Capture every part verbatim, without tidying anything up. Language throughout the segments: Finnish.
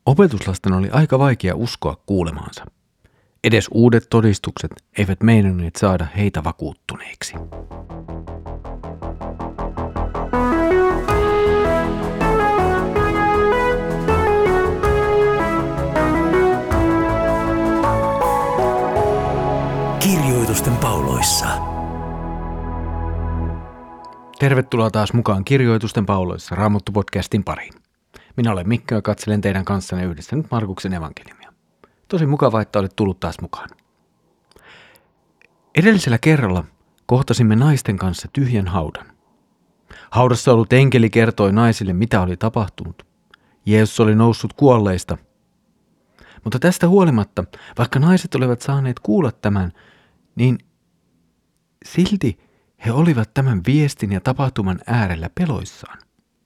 Opetuslasten oli aika vaikea uskoa kuulemaansa. Edes uudet todistukset eivät meinanneet saada heitä vakuuttuneiksi. Kirjoitusten pauloissa. Tervetuloa taas mukaan Kirjoitusten pauloissa Raamattu-podcastin pariin. Minä olen Mikko ja katselen teidän kanssanne yhdessä nyt Markuksen evankeliumia. Tosi mukavaa, että olet tullut taas mukaan. Edellisellä kerralla kohtasimme naisten kanssa tyhjän haudan. Haudassa ollut enkeli kertoi naisille, mitä oli tapahtunut. Jeesus oli noussut kuolleista. Mutta tästä huolimatta, vaikka naiset olivat saaneet kuulla tämän, niin silti he olivat tämän viestin ja tapahtuman äärellä peloissaan.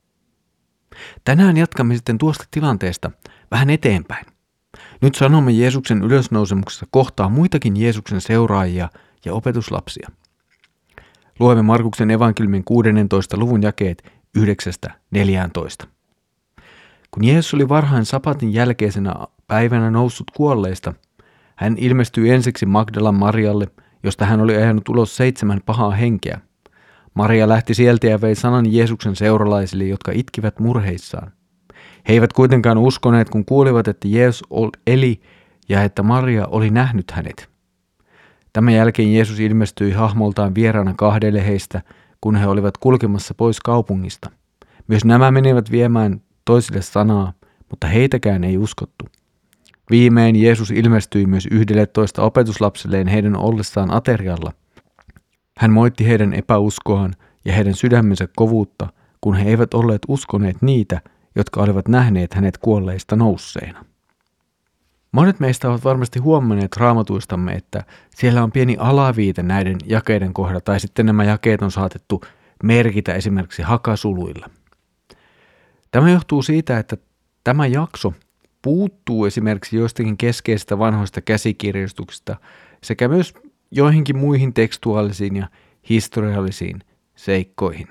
Tänään jatkamme sitten tuosta tilanteesta vähän eteenpäin. Nyt sanomme Jeesuksen ylösnousemuksessa kohtaa muitakin Jeesuksen seuraajia ja opetuslapsia. Luemme Markuksen evankeliumin kuudennentoista luvun jakeet yhdeksästä neljääntoista. Kun Jeesus oli varhain sapatin jälkeisenä päivänä noussut kuolleista, hän ilmestyi ensiksi Magdalan Marialle, josta hän oli ajanut ulos seitsemän pahaa henkeä. Maria lähti sieltä ja vei sanan Jeesuksen seuralaisille, jotka itkivät murheissaan. He eivät kuitenkaan uskoneet, kun kuulivat, että Jeesus eli ja että Maria oli nähnyt hänet. Tämän jälkeen Jeesus ilmestyi hahmoltaan vieraana kahdelle heistä, kun he olivat kulkemassa pois kaupungista. Myös nämä menivät viemään toisille sanaa, mutta heitäkään ei uskottu. Viimein Jeesus ilmestyi myös yhdelle toista opetuslapselleen heidän ollessaan aterialla. Hän moitti heidän epäuskoaan ja heidän sydämensä kovuutta, kun he eivät olleet uskoneet niitä, jotka olivat nähneet hänet kuolleista nousseena. Monet meistä ovat varmasti huomanneet raamatuistamme, että siellä on pieni alaviite näiden jakeiden kohdalla, tai sitten nämä jakeet on saatettu merkitä esimerkiksi hakasuluilla. Tämä johtuu siitä, että tämä jakso puuttuu esimerkiksi joistakin keskeisistä vanhoista käsikirjoituksista sekä myös joihinkin muihin tekstuaalisiin ja historiallisiin seikkoihin.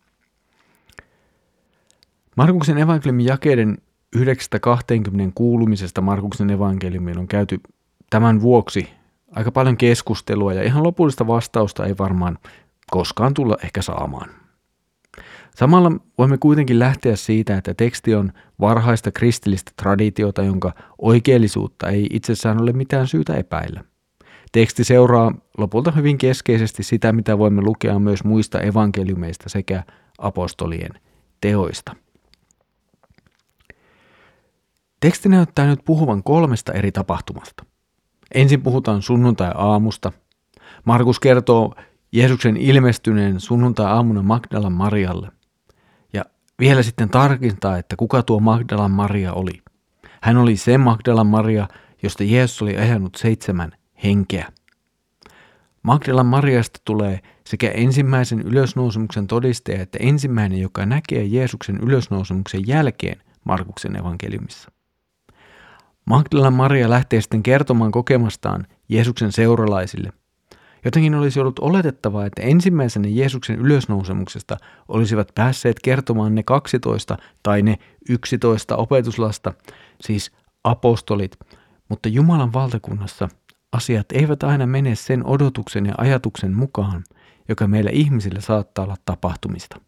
Markuksen evankeliumin jakeiden yhdeksästä kahteenkymmeneen kuulumisesta Markuksen evankeliumiin on käyty tämän vuoksi aika paljon keskustelua ja ihan lopullista vastausta ei varmaan koskaan tulla ehkä saamaan. Samalla voimme kuitenkin lähteä siitä, että teksti on varhaista kristillistä traditiota, jonka oikeellisuutta ei itsessään ole mitään syytä epäillä. Teksti seuraa lopulta hyvin keskeisesti sitä, mitä voimme lukea myös muista evankeliumeista sekä apostolien teoista. Teksti näyttää nyt puhuvan kolmesta eri tapahtumasta. Ensin puhutaan sunnuntai-aamusta. Markus kertoo Jeesuksen ilmestyneen sunnuntai-aamuna Magdalan Marialle. Ja vielä sitten tarkentaa, että kuka tuo Magdalan Maria oli. Hän oli se Magdalan Maria, josta Jeesus oli ajanut seitsemän henkeä. Magdalan Mariasta tulee sekä ensimmäisen ylösnousemuksen todistaja että ensimmäinen, joka näkee Jeesuksen ylösnousemuksen jälkeen Markuksen evankeliumissa. Magdalan Maria lähtee sitten kertomaan kokemastaan Jeesuksen seuralaisille. Jotenkin olisi ollut oletettavaa, että ensimmäisenä Jeesuksen ylösnousemuksesta olisivat päässeet kertomaan ne kaksitoista tai ne yksitoista opetuslasta, siis apostolit, mutta Jumalan valtakunnassa asiat eivät aina mene sen odotuksen ja ajatuksen mukaan, joka meillä ihmisillä saattaa olla tapahtumista.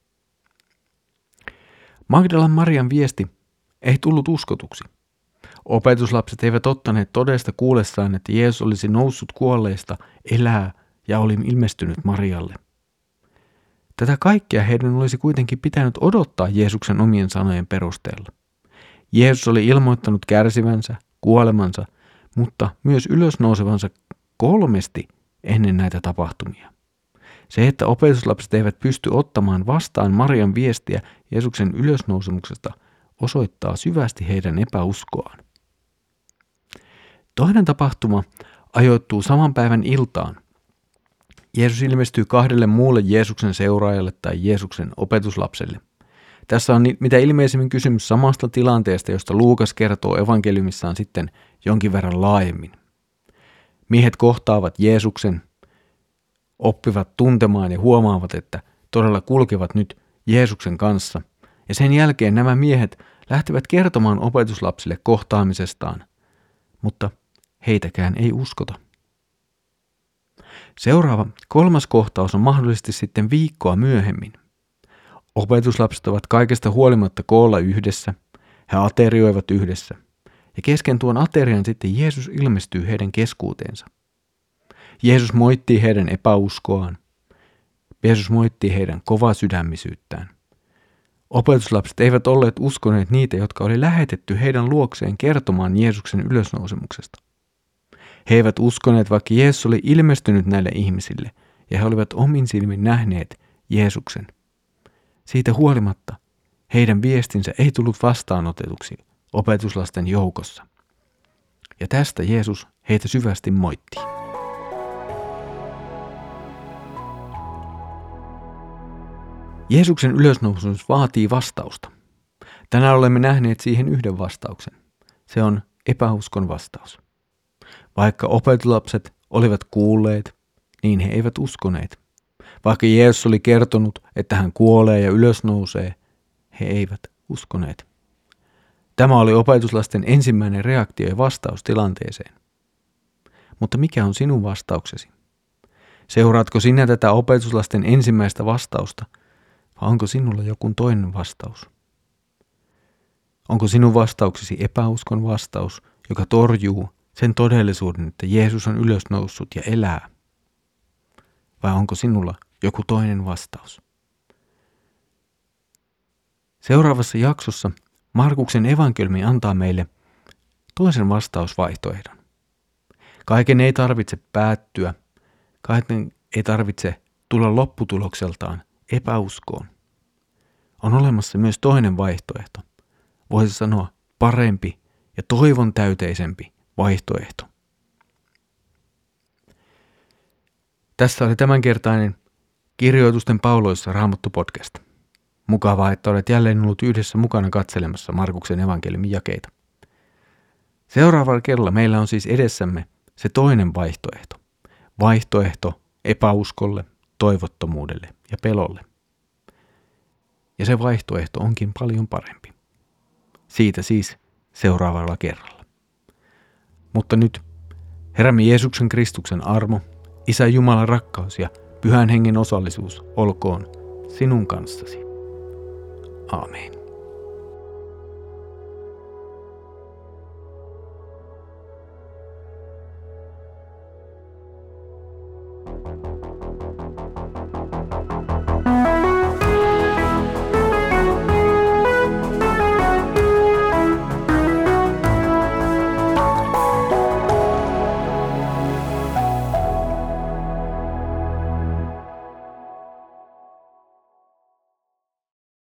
Magdalan Marian viesti ei tullut uskotuksi. Opetuslapset eivät ottaneet todesta kuullessaan, että Jeesus olisi noussut kuolleista, elää ja oli ilmestynyt Marialle. Tätä kaikkea heidän olisi kuitenkin pitänyt odottaa Jeesuksen omien sanojen perusteella. Jeesus oli ilmoittanut kärsivänsä, kuolemansa, mutta myös ylösnousevansa kolmesti ennen näitä tapahtumia. Se, että opetuslapset eivät pysty ottamaan vastaan Marian viestiä Jeesuksen ylösnousemuksesta, osoittaa syvästi heidän epäuskoaan. Toinen tapahtuma ajoittuu saman päivän iltaan. Jeesus ilmestyy kahdelle muulle Jeesuksen seuraajalle tai Jeesuksen opetuslapselle. Tässä on mitä ilmeisemmin kysymys samasta tilanteesta, josta Luukas kertoo evankeliumissaan sitten jonkin verran laajemmin. Miehet kohtaavat Jeesuksen, oppivat tuntemaan ja huomaavat, että todella kulkevat nyt Jeesuksen kanssa. Ja sen jälkeen nämä miehet lähtevät kertomaan opetuslapsille kohtaamisestaan, mutta heitäkään ei uskota. Seuraava kolmas kohtaus on mahdollisesti sitten viikkoa myöhemmin. Opetuslapset ovat kaikesta huolimatta koolla yhdessä, he aterioivat yhdessä, ja kesken tuon aterian sitten Jeesus ilmestyy heidän keskuuteensa. Jeesus moittii heidän epäuskoaan. Jeesus moittii heidän kovasydämisyyttään. Opetuslapset eivät olleet uskoneet niitä, jotka oli lähetetty heidän luokseen kertomaan Jeesuksen ylösnousemuksesta. He eivät uskoneet, vaikka Jeesus oli ilmestynyt näille ihmisille, ja he olivat omin silmin nähneet Jeesuksen. Siitä huolimatta heidän viestinsä ei tullut vastaanotetuksi opetuslasten joukossa. Ja tästä Jeesus heitä syvästi moitti. Jeesuksen ylösnousemus vaatii vastausta. Tänään olemme nähneet siihen yhden vastauksen. Se on epäuskon vastaus. Vaikka opetuslapset olivat kuulleet, niin he eivät uskoneet. Vaikka Jeesus oli kertonut, että hän kuolee ja ylösnousee, he eivät uskoneet. Tämä oli opetuslasten ensimmäinen reaktio ja vastaus tilanteeseen. Mutta mikä on sinun vastauksesi? Seuraatko sinä tätä opetuslasten ensimmäistä vastausta, vai onko sinulla joku toinen vastaus? Onko sinun vastauksesi epäuskon vastaus, joka torjuu sen todellisuuden, että Jeesus on ylösnoussut ja elää? Vai onko sinulla joku toinen vastaus? Seuraavassa jaksossa Markuksen evankeliumi antaa meille toisen vastausvaihtoehdon. Kaiken ei tarvitse päättyä, kaiken ei tarvitse tulla lopputulokseltaan epäuskoon. On olemassa myös toinen vaihtoehto, voisi sanoa parempi ja toivon täyteisempi vaihtoehto. Tässä oli tämänkertainen Kirjoitusten pauloissa Raamattu podcast. Mukavaa, että olet jälleen ollut yhdessä mukana katselemassa Markuksen evankeliumin jakeita. Seuraavalla kerralla meillä on siis edessämme se toinen vaihtoehto. Vaihtoehto epäuskolle, toivottomuudelle ja pelolle. Ja se vaihtoehto onkin paljon parempi. Siitä siis seuraavalla kerralla. Mutta nyt Herramme Jeesuksen Kristuksen armo, Isä Jumalan rakkaus ja Pyhän Hengen osallisuus olkoon sinun kanssasi. Aamen.